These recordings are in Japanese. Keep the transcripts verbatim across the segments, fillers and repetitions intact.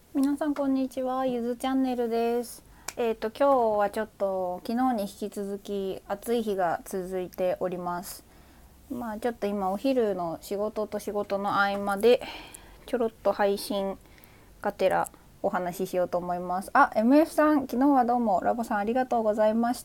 皆さんこんにちは、ゆずチャンネルです。えっ、と今日はちょっと昨日に引き続き暑い日が続いております。まあちょっと今お昼の仕事と仕事の合間でちょろっと配信がてらお話ししようと思います。あ、エムエフ さん、昨日はどうもラボさんありがとうございました。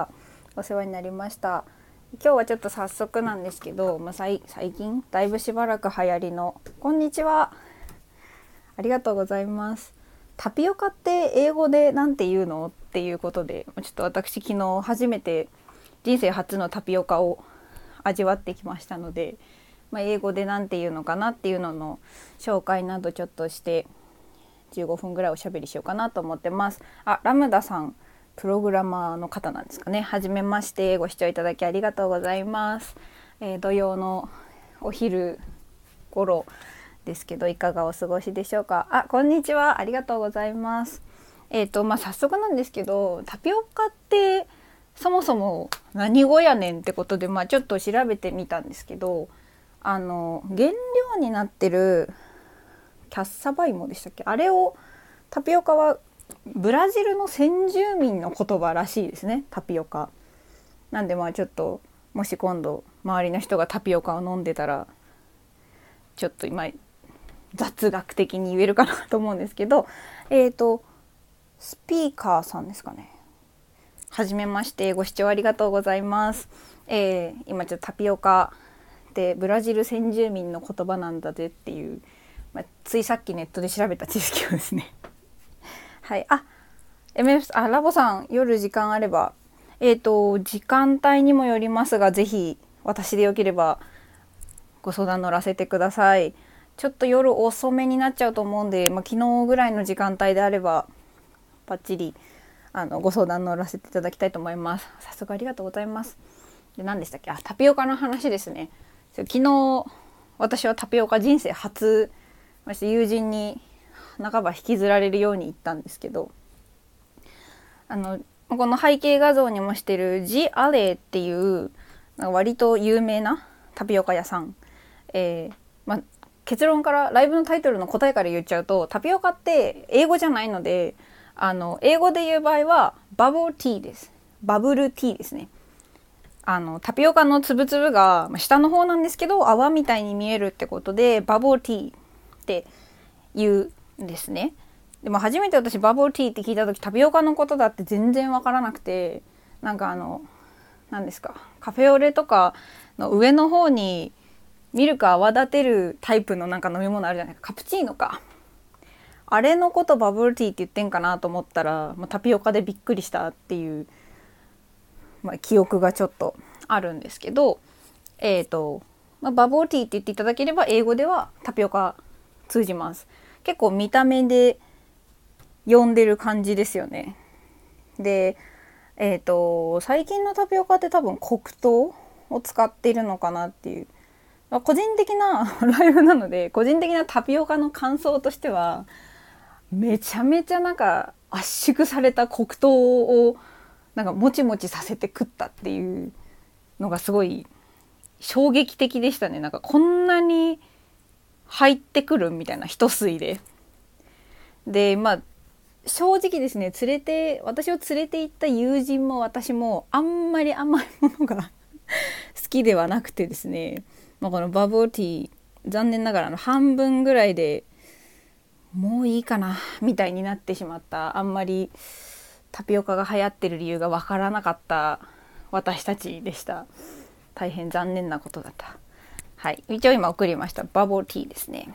お世話になりました。今日はちょっと早速なんですけど、まあ、最近だいぶしばらく流行りのこんにちは、ありがとうございます。タピオカって英語でなんて言うのっていうことで、ちょっと私昨日初めて人生初のタピオカを味わってきましたので、まあ、英語でなんて言うのかなっていうのの紹介などちょっとしてじゅうごふんぐらいおしゃべりしようかなと思ってます。あ、ラムダさん、プログラマーの方なんですかね。はじめまして、ご視聴いただきありがとうございます。えー、土曜のお昼頃ですけどいかがお過ごしでしょうか。あ、こんにちは、ありがとうございます。えっ、ー、とまあ早速なんですけど、タピオカってそもそも何語やねんってことで、まあちょっと調べてみたんですけど、あの原料になってるキャッサバイモでしたっけ、あれをタピオカはブラジルの先住民の言葉らしいですね、タピオカなんで。まあちょっともし今度周りの人がタピオカを飲んでたらちょっと今雑学的に言えるかなと思うんですけど、えっ、ー、とスピーカーさんですかね。はじめまして、ご視聴ありがとうございます。えー、今ちょっとタピオカってブラジル先住民の言葉なんだぜっていう、まあ、ついさっきネットで調べた知識をですねはい。あ、 エムエフ あ、ラボさん、夜時間あれば、えっ、ー、と時間帯にもよりますが、ぜひ私でよければご相談乗らせてください。ちょっと夜遅めになっちゃうと思うんで、まあ、昨日ぐらいの時間帯であればバッチリあのご相談乗らせていただきたいと思います。早速ありがとうございます。で、何でしたっけ。あ、タピオカの話ですね。昨日私はタピオカ人生初、友人に半ば引きずられるように言ったんですけど、あのこの背景画像にもしてるジ・アレーっていう割と有名なタピオカ屋さん、えーまあ、結論からライブのタイトルの答えから言っちゃうと、タピオカって英語じゃないので、あの英語で言う場合はバブルティーです。バブルティーですね。あのタピオカのつぶつぶが下の方なんですけど泡みたいに見えるってことでバブルティーって言うんですね。でも初めて私バブルティーって聞いた時タピオカのことだって全然わからなくて、なんかあの何ですか、カフェオレとかの上の方にミルク泡立てるタイプのなんか飲み物あるじゃないか、カプチーノか、あれのことバブルティーって言ってんかなと思ったら、まあ、タピオカでびっくりしたっていう、まあ、記憶がちょっとあるんですけど、えっ、ー、と、まあ、バブルティーって言っていただければ英語ではタピオカ通じます。結構見た目で呼んでる感じですよね。で、えっ、ー、と最近のタピオカって多分黒糖を使っているのかなっていう、まあ、個人的なライブなので個人的なタピオカの感想としては、めちゃめちゃなんか圧縮された黒糖をなんかもちもちさせて食ったっていうのがすごい衝撃的でしたね。なんかこんなに入ってくるみたいな、一吸いで。で、まあ正直ですね、連れて私を連れて行った友人も私もあんまり甘いものが好きではなくてですね、まあ、このバブルティー残念ながらの半分ぐらいでもういいかなみたいになってしまった、あんまりタピオカが流行ってる理由がわからなかった私たちでした。大変残念なことだった。はい、一応今送りましたバブルティーですね。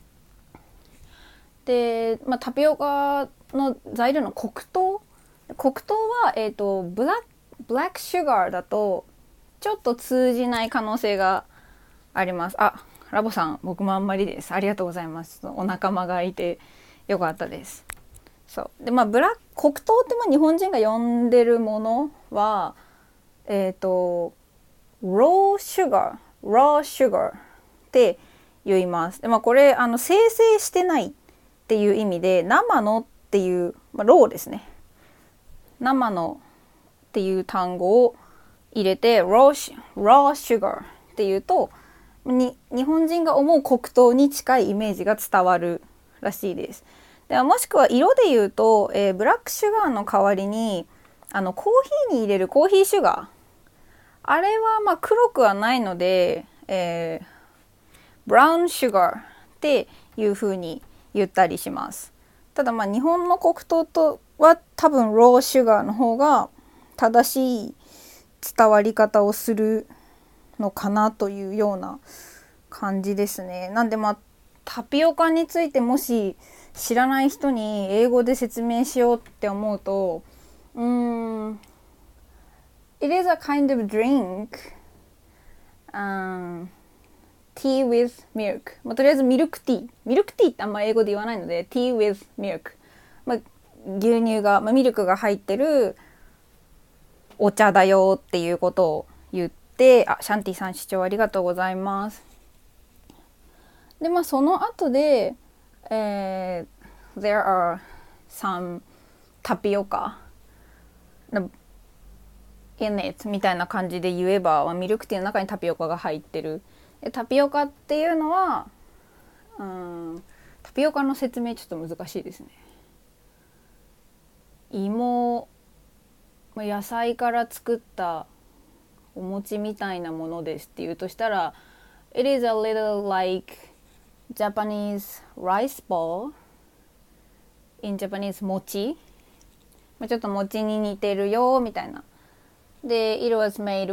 で、まあ、タピオカの材料の黒糖黒糖は、えーと、ブラックブラックシュガーだとちょっと通じない可能性があります。あ、ラボさん、僕もあんまりです。ありがとうございます。お仲間がいてよかったです。そうで、まあブラック黒糖ってまあ日本人が呼んでるものは、えっ、ー、とローシュガーローシュガーって言います。で、まあこれあの生成してないっていう意味で、生のっていう、まあ、ローですね。生のっていう単語を入れてローシュローシュガーっていうと、に日本人が思う黒糖に近いイメージが伝わるらしいです。 でもしくは色で言うと、えー、ブラックシュガーの代わりにあのコーヒーに入れるコーヒーシュガー、あれはまあ黒くはないので、えー、ブラウンシュガーっていう風に言ったりします。ただまあ日本の黒糖とは多分ローシュガーの方が正しい伝わり方をするのかなというような感じですね。なんでまあタピオカについてもし知らない人に英語で説明しようって思うと、うーん It is a kind of drink、um, tea with milk、まあ、とりあえずミルクティーミルクティーってあんま英語で言わないので tea with milk、まあ、牛乳が、まあ、ミルクが入ってるお茶だよっていうことを言って、あ、シャンティさん視聴ありがとうございます。でまあその後で、えー、There are some タピオカ in it みたいな感じで言えば、まあ、ミルクティーの中にタピオカが入ってる。でタピオカっていうのはうーんタピオカの説明ちょっと難しいですね。芋、野菜から作ったお餅みたいなものですって言うとしたら It is a little like Japanese rice ball in Japanese 餅、ちょっと餅に似てるよみたいな。で It was made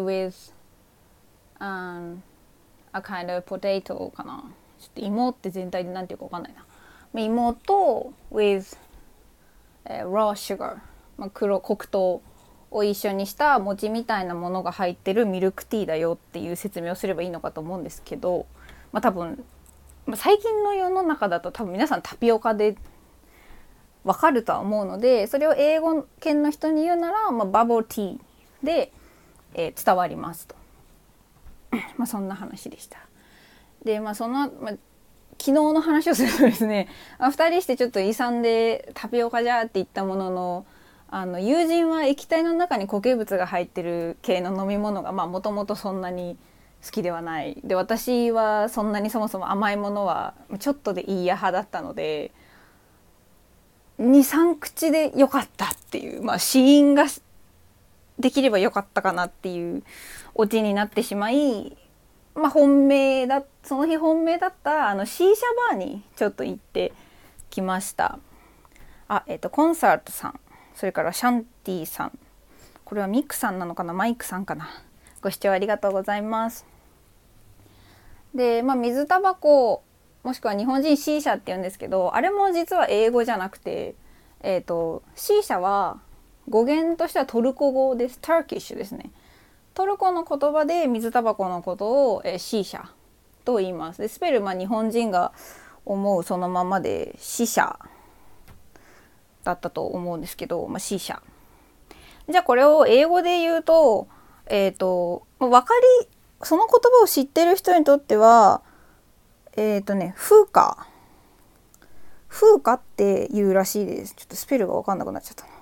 with、um, a kind of potato かな。ちょっと芋って全体でなんていうかわかんないな。芋と with、uh, raw sugar、まあ、黒黒糖を一緒にした餅みたいなものが入ってるミルクティーだよっていう説明をすればいいのかと思うんですけど、まあ多分、まあ、最近の世の中だと多分皆さんタピオカでわかるとは思うので、それを英語圏の人に言うなら、まあ、バブルティーで、えー、伝わりますとまあそんな話でした。でまあその、まあ、昨日の話をするとですね、ふたりしてちょっと勇んでタピオカじゃって言ったものの、あの友人は液体の中に固形物が入ってる系の飲み物がもともとそんなに好きではない。で私はそんなにそもそも甘いものはちょっとでいいや派だったので、にさん口でよかったっていう、まあ試飲ができればよかったかなっていうオチになってしまい、まあ本命だその日本命だったあの C 社バーにちょっと行ってきました。あ、えっとコンサートさん、それからシャンティさん、これはミックさんなのかな、マイクさんかな。ご視聴ありがとうございます。で、まあ水タバコもしくは日本人 C 社って言うんですけど、あれも実は英語じゃなくて、えっと C 社は語源としてはトルコ語です。ターキッシュですね。トルコの言葉で水タバコのことを、えー、C 社と言います。でスペル、まあ日本人が思うそのままで C 社だったと思うんですけど、まあ、C 社。じゃあこれを英語で言うと、えっと、分かり、その言葉を知ってる人にとっては、えっとね、風化。風化って言うらしいです。ちょっとスペルが分かんなくなっちゃったな。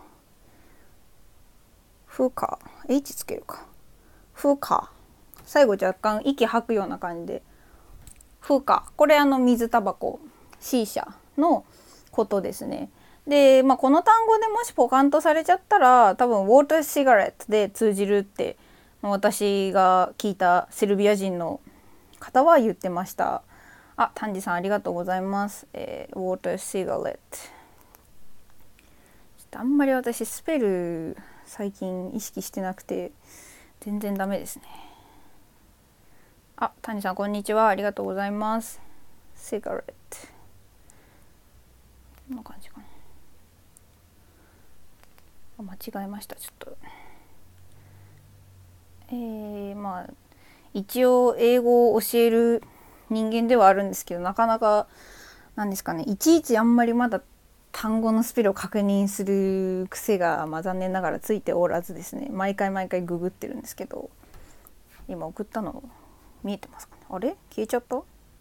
風化。H つけるか。風化。最後若干息吐くような感じで。風化。これあの水タバコ。C 社のことですね。で、まあ、この単語でもしポカンとされちゃったら多分ウォーターシガレットで通じるって、まあ、私が聞いたセルビア人の方は言ってました。あ、丹治さんありがとうございます。えー、ウォーターシガレット。ちょっとあんまり私スペル最近意識してなくて全然ダメですね。あ、丹治さんこんにちは、ありがとうございます。シガレット。こんな感じかな。間違えました。ちょっとえー、まあ一応英語を教える人間ではあるんですけど、なかなかなんですかね、いちいちあんまりまだ単語のスペルを確認する癖が、まあ、残念ながらついておらずですね、毎回毎回ググってるんですけど、今送ったの見えてますかね。あれ消えちゃった、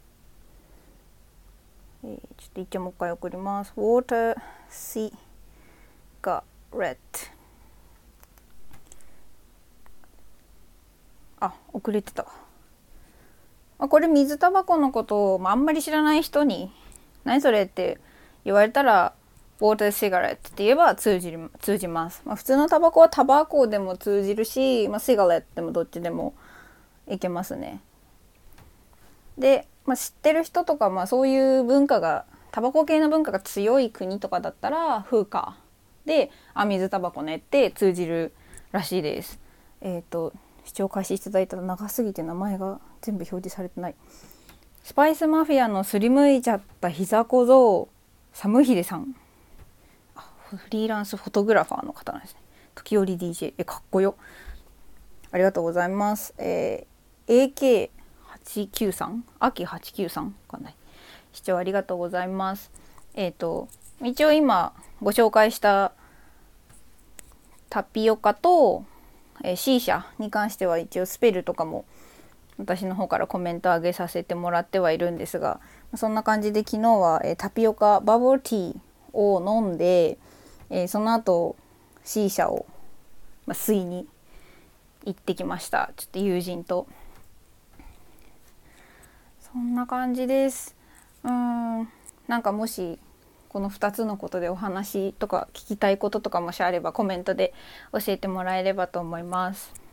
えー、ちょっと一応もう一回送ります。 Water Cigarette。 あ、遅れてたわ。これ水タバコのことを、まあ、あんまり知らない人に何それって言われたらウォーターシガレットって言えば通じる通じます。まあ、普通のタバコはタバコでも通じるし、まあ、シガレットでもどっちでもいけますね。で、まあ、知ってる人とか、まあ、そういう文化がタバコ系の文化が強い国とかだったらフーカーであ水タバコねって通じるらしいです。えっと視聴開始していただいたら長すぎて名前が全部表示されてない。スパイスマフィアのすりむいちゃった膝小僧サムヒデさん、フリーランスフォトグラファーの方なんですね。時折 ディージェー えかっこよ、ありがとうございます。えー、エーケーはちきゅうさん 秋はちきゅうさんかんない、視聴ありがとうございます。えっと一応今ご紹介したタピオカと、えー、シーシャに関しては一応スペルとかも私の方からコメント上げさせてもらってはいるんですが、そんな感じで昨日は、えー、タピオカバブルティーを飲んで、えー、その後 C 社を、まあ、吸いに行ってきました。ちょっと友人と。そんな感じです。うーんなんかもしこのふたつのことでお話とか聞きたいこととかもしあればコメントで教えてもらえればと思います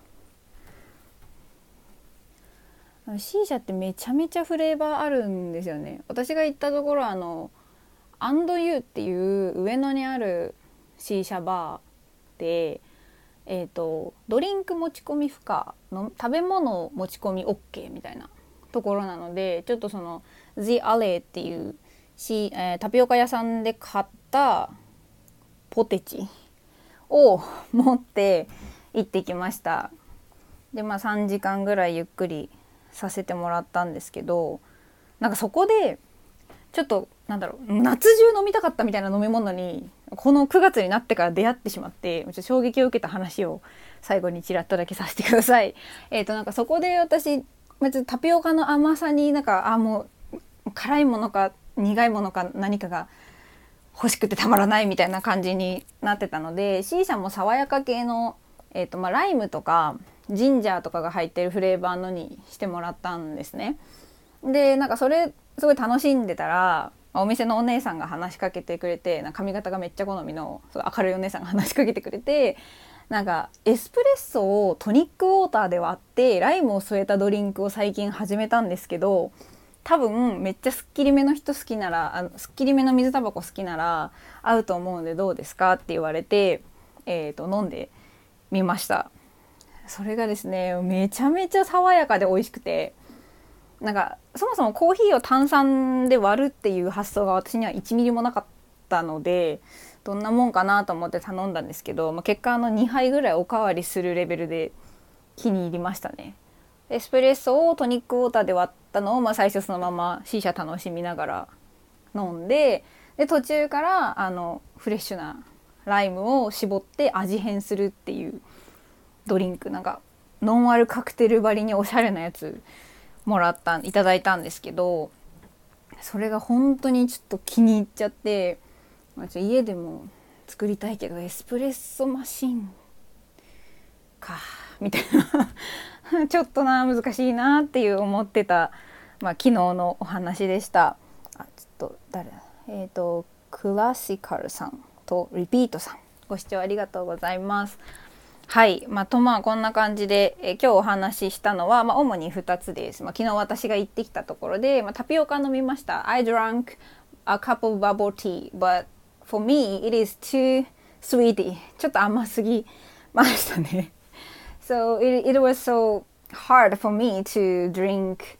。C 社ってめちゃめちゃフレーバーあるんですよね。私が行ったところあのアンドユーっていう上野にある C 社バーで、えーと、ドリンク持ち込み不可の食べ物持ち込み OK みたいなところなので、ちょっとその The Alley っていうし、えー、タピオカ屋さんで買ったポテチを持って行ってきました。でまあさんじかんぐらいゆっくりさせてもらったんですけど、なんかそこでちょっとなんだろう夏中飲みたかったみたいな飲み物にこのくがつになってから出会ってしまって、ちょっと衝撃を受けた話を最後にちらっとだけさせてください。えっとなんかそこで私タピオカの甘さになんかあもう辛いものか苦いものか何かが欲しくてたまらないみたいな感じになってたので、 C 社も爽やか系の、えーとまあ、ライムとかジンジャーとかが入ってるフレーバーのにしてもらったんですね。でなんかそれすごい楽しんでたらお店のお姉さんが話しかけてくれて、なんか髪型がめっちゃ好みの明るいお姉さんが話しかけてくれて、なんかエスプレッソをトニックウォーターで割ってライムを添えたドリンクを最近始めたんですけど、多分めっちゃすっきりめの人好きならあのすっきりめの水タバコ好きなら合うと思うのでどうですかって言われて、えーと飲んでみました。それがですねめちゃめちゃ爽やかで美味しくて、なんかそもそもコーヒーを炭酸で割るっていう発想が私にはいちミリもなかったので、どんなもんかなと思って頼んだんですけど、まあ、結果あのにはいぐらいおかわりするレベルで気に入りましたね。エスプレッソをトニックウォーターで割ったのを、まあ、最初そのまま C 社楽しみながら飲んで、で途中からあのフレッシュなライムを絞って味変するっていうドリンク、なんかノンアルカクテルばりにおしゃれなやつもらったいただいたんですけど、それが本当にちょっと気に入っちゃって、まあ、ちょ家でも作りたいけどエスプレッソマシンかみたいなちょっとな難しいなっていう思ってた、まあ、昨日のお話でした。あちょっと誰えっ、ー、とクラシカルさんとリピートさん、ご視聴ありがとうございます。はい、まあ、とまあこんな感じで、え今日お話ししたのは、まあ、主にふたつです。まあ、昨日私が行ってきたところで、まあ、タピオカ飲みました。I drank a cup of bubble tea, but for me it is too sweety. ちょっと甘すぎましたね。So it, it was so hard for me to drink、uh,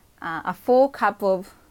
a full cup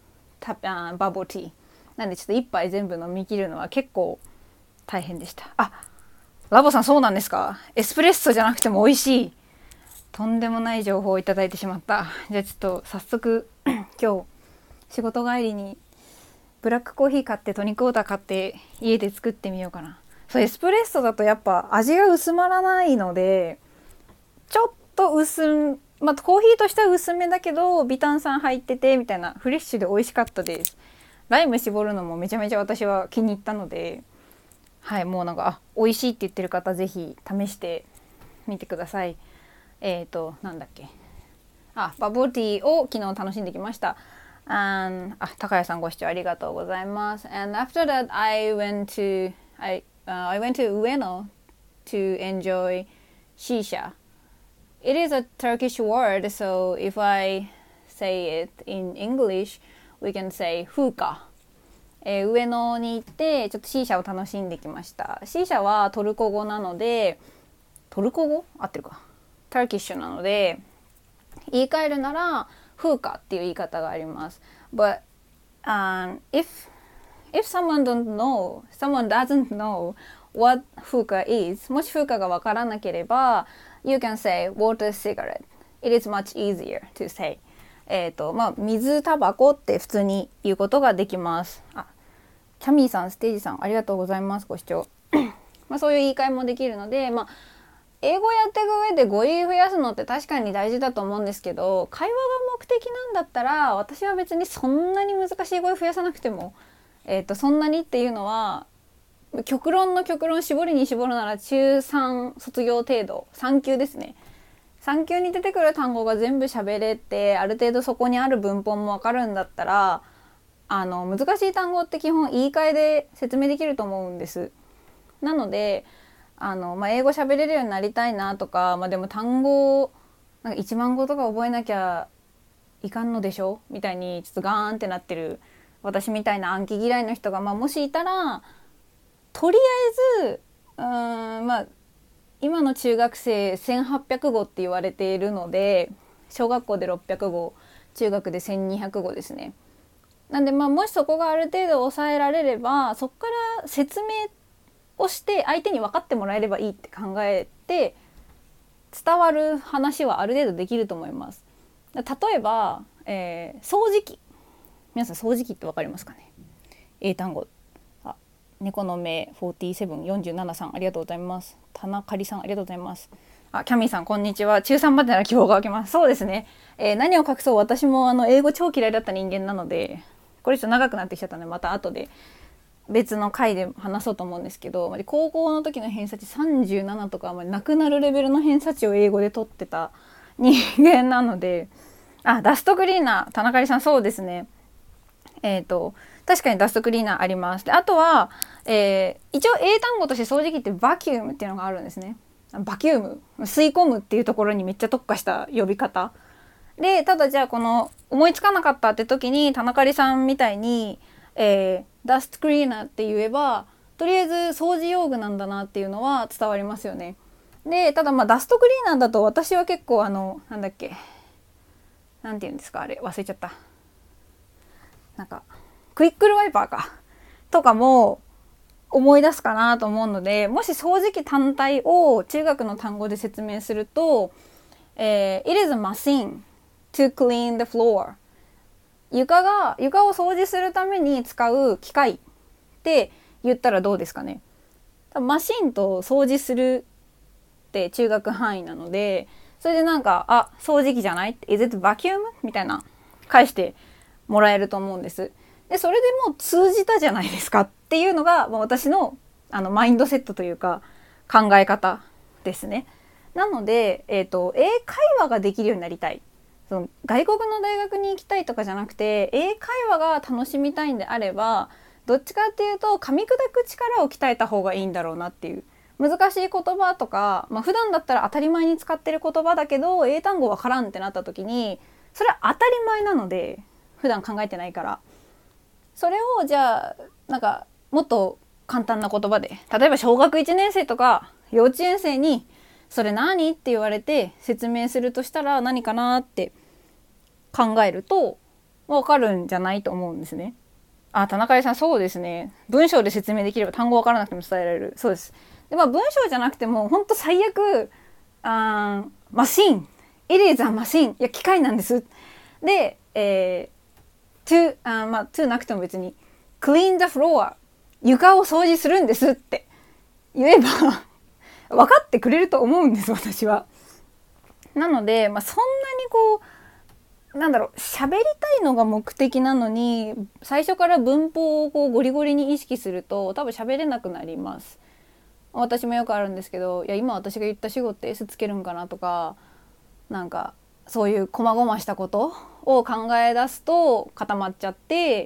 of、uh, bubble tea. なんでちょっと一杯全部飲み切るのは結構大変でした。あラボさんそうなんですか？エスプレッソじゃなくても美味しい。とんでもない情報をいただいてしまった。じゃあちょっと早速今日仕事帰りにブラックコーヒー買ってトニックウォーター買って家で作ってみようかな。そうエスプレッソだとやっぱ味が薄まらないのでちょっと薄まあコーヒーとしては薄めだけど微炭酸入っててみたいなフレッシュで美味しかったです。ライム絞るのもめちゃめちゃ私は気に入ったので、はいもうなんかあ美味しいって言ってる方ぜひ試してみてください。えっとなんだっけあバブルティーを昨日楽しんできました。 And あ、高谷さんご視聴ありがとうございます。And after that, I went to I、uh, I went to Ueno to enjoy shisha. It is a Turkish word, so if I say it in English, we can say hookah. えー、上野に行ってちょっとシーシャを楽しんできました。シーシャはトルコ語なので、トルコ語合ってるか、ターキッシュなので、言い換えるならフーカっていう言い方があります。But、um, if if someone don't know, someone doesn't know what hookah is, もしフーカがわからなければ、you can say water cigarette. It is much easier to say. えっと、まあ、水タバコって普通に言うことができます。あ、キャミーさん、ステージさん、ありがとうございます。ご視聴。まあ、そういう言い換えもできるので、まあ、英語やっていく上で語彙増やすのって確かに大事だと思うんですけど、会話が目的なんだったら、私は別にそんなに難しい語彙増やさなくても、えっと、そんなにっていうのは、極論の極論、絞りに絞るなら中さん卒業程度、さん級ですね。さん級に出てくる単語が全部喋れて、ある程度そこにある文法もわかるんだったら、あの難しい単語って基本言い換えで説明できると思うんです。なのであの、まあ、英語喋れるようになりたいなとか、まあ、でも単語なんかいちまん語とか覚えなきゃいかんのでしょみたいにちょっとガーンってなってる私みたいな暗記嫌いの人が、まあ、もしいたらとりあえずうーんまあ今の中学生せんはっぴゃく語って言われているので、小学校でろっぴゃく語、中学でせんにひゃく語ですね。なんでまあもしそこがある程度抑えられれば、そこから説明をして相手に分かってもらえればいいって考えて伝わる話はある程度できると思います。例えば、えー、掃除機。皆さん掃除機って分かりますかね。英単語。あ、猫の目よんじゅうなな、よんじゅうななさんありがとうございます。田中里さんありがとうございます。あ、キャミーさんこんにちは。中さんまでなら希望が分けます。そうですね。えー、何を隠そう、私もあの英語超嫌いだった人間なので、これちょっと長くなってきちゃったので、また後で別の回で話そうと思うんですけど、高校の時の偏差値さんじゅうななとか、まあ、なくなるレベルの偏差値を英語で取ってた人間なので、あ、ダストクリーナー、田中里さんそうですね。えっと、確かにダストクリーナーあります。で、あとは、えー、一応英単語として掃除機ってバキュームっていうのがあるんですね。バキューム、吸い込むっていうところにめっちゃ特化した呼び方。で、ただじゃあこの思いつかなかったって時に田中里さんみたいに、えー、ダストクリーナーって言えば、とりあえず掃除用具なんだなっていうのは伝わりますよね。で、ただまあダストクリーナーだと私は結構あの、なんだっけ、なんて言うんですか、あれ、忘れちゃった。なんかクイックルワイパーかとかも思い出すかなと思うので、もし掃除機単体を中学の単語で説明すると、えー、It is a machine to clean the floor。 床が床を掃除するために使う機械って言ったらどうですかね。マシンと掃除するって中学範囲なので、それでなんか、あ、掃除機じゃない Is it vacuum? みたいな返してもらえると思うんです。で、それでもう通じたじゃないですかっていうのが、まあ、私のあのマインドセットというか考え方ですね。なので、えーと、英会話ができるようになりたい。その外国の大学に行きたいとかじゃなくて、英会話が楽しみたいんであれば、どっちかっていうと噛み砕く力を鍛えた方がいいんだろうなっていう。難しい言葉とか、まあ、普段だったら当たり前に使ってる言葉だけど英単語わからんってなった時に、それは当たり前なので普段考えてないから、それをじゃあなんかもっと簡単な言葉で、例えば小学いちねん生とか幼稚園生にそれ何って言われて説明するとしたら何かなって考えると分かるんじゃないと思うんですね。あ、田中さんそうですね。文章で説明できれば単語分からなくても伝えられる。そうです。で、まあ文章じゃなくても本当最悪、あーマシン、it is a machine、いや機械なんです。で、えー、to あまあ to なくても別に clean the floor、床を掃除するんですって言えば分かってくれると思うんです私は。なので、まあ、そんなにこうなんだろう喋りたいのが目的なのに最初から文法をこうゴリゴリに意識すると多分喋れなくなります。私もよくあるんですけど、いや今私が言った主語って S つけるんかなとか、なんかそういう細々したことを考え出すと固まっちゃって、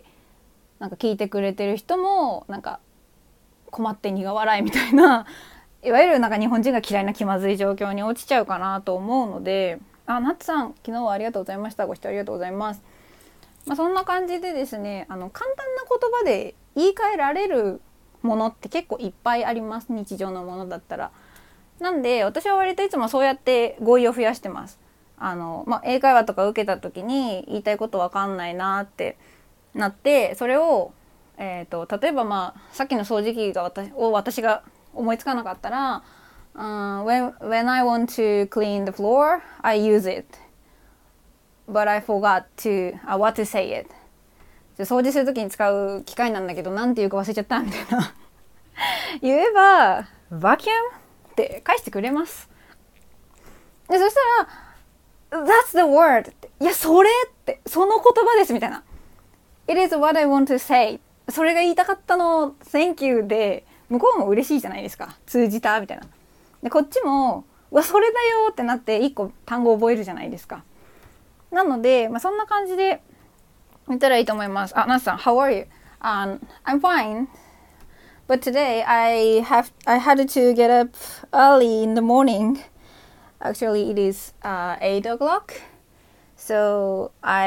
なんか聞いてくれてる人もなんか困って苦笑いみたいな、いわゆるなんか日本人が嫌いな気まずい状況に落ちちゃうかなと思うので、あ、ナッツさん昨日はありがとうございました。ご視聴ありがとうございます。まあ、そんな感じでですね、あの簡単な言葉で言い換えられるものって結構いっぱいあります、日常のものだったら。なんで私は割といつもそうやって語彙を増やしてます。あの、まあ、英会話とか受けた時に言いたいことわかんないなってなって、それを、えー、と例えば、まあ、さっきの掃除機が私を私が思いつかなかったら、uh, when, when I want to clean the floor, I use it. But I forgot to, uh, what to say it. 掃除するときに使う機械なんだけど、なんて言うか忘れちゃったみたいな言えば vacuum って返してくれます。でそしたら That's the word って、いやそれってその言葉ですみたいな、 It is what I want to say、 それが言いたかったの Thank you で向こうも嬉しいじゃないですか、通じたみたいな。でこっちもうわそれだよってなって一個単語を覚えるじゃないですか。なので、まあ、そんな感じで見たらいいと思います。あ、ナスさん How are you?、um, I'm fine but today I have I had to get up early in the morning. Actually it is、uh, eight o'clock, so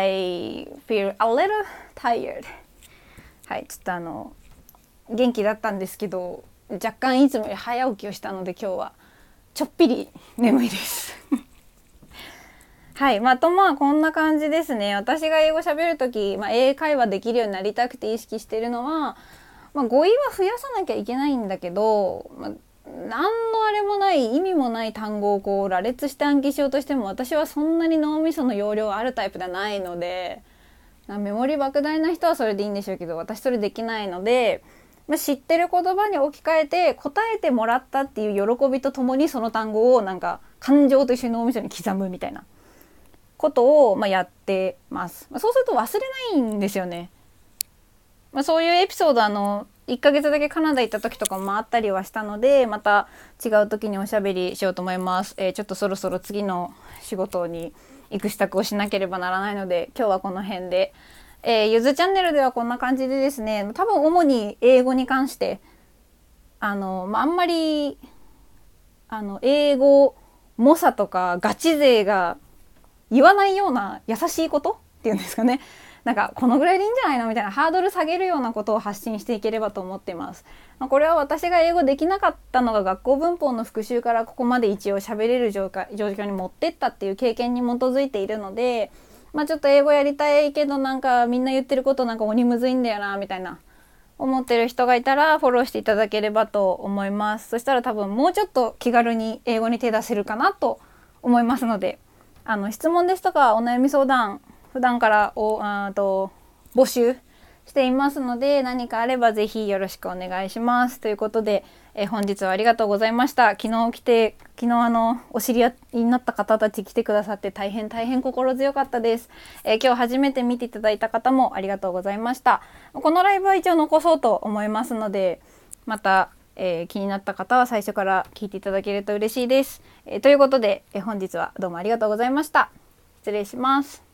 I feel a little tired. はい、ちょっとあの元気だったんですけど、若干いつもより早起きをしたので今日はちょっぴり眠いですはい、まあとまあこんな感じですね。私が英語喋るとき、まあ、英会話できるようになりたくて意識してるのは、まあ、語彙は増やさなきゃいけないんだけど、まあ、何のあれもない意味もない単語をこう羅列して暗記しようとしても、私はそんなに脳みその容量あるタイプではないので、メモリ莫大な人はそれでいいんでしょうけど、私それできないので、まあ、知ってる言葉に置き換えて答えてもらったっていう喜びとともにその単語をなんか感情と一緒に脳みそに刻むみたいなことをまあやってます。まあ、そうすると忘れないんですよね。まあ、そういうエピソードあのいっかげつだけカナダ行った時とかもあったりはしたので、また違う時におしゃべりしようと思います。えー、ちょっとそろそろ次の仕事に行く支度をしなければならないので、今日はこの辺で。えー、ゆずチャンネルではこんな感じでですね、多分主に英語に関してあの、まあ、あんまりあの英語猛者とかガチ勢が言わないような優しいことっていうんですかね、なんかこのぐらいでいいんじゃないのみたいなハードル下げるようなことを発信していければと思っています。これは私が英語できなかったのが学校文法の復習からここまで一応喋れる状況に持ってったっていう経験に基づいているので、まあちょっと英語やりたいけどなんかみんな言ってることなんか鬼むずいんだよなみたいな思ってる人がいたらフォローしていただければと思います。そしたら多分もうちょっと気軽に英語に手出せるかなと思いますので、あの質問ですとかお悩み相談普段からおあと募集していますので、何かあればぜひよろしくお願いします。ということで、えー、本日はありがとうございました。昨日来て昨日あのお知り合いになった方たち来てくださって大変大変心強かったです。えー、今日初めて見ていただいた方もありがとうございました。このライブは一応残そうと思いますので、また、えー、気になった方は最初から聞いていただけると嬉しいです。えー、ということで、えー、本日はどうもありがとうございました。失礼します。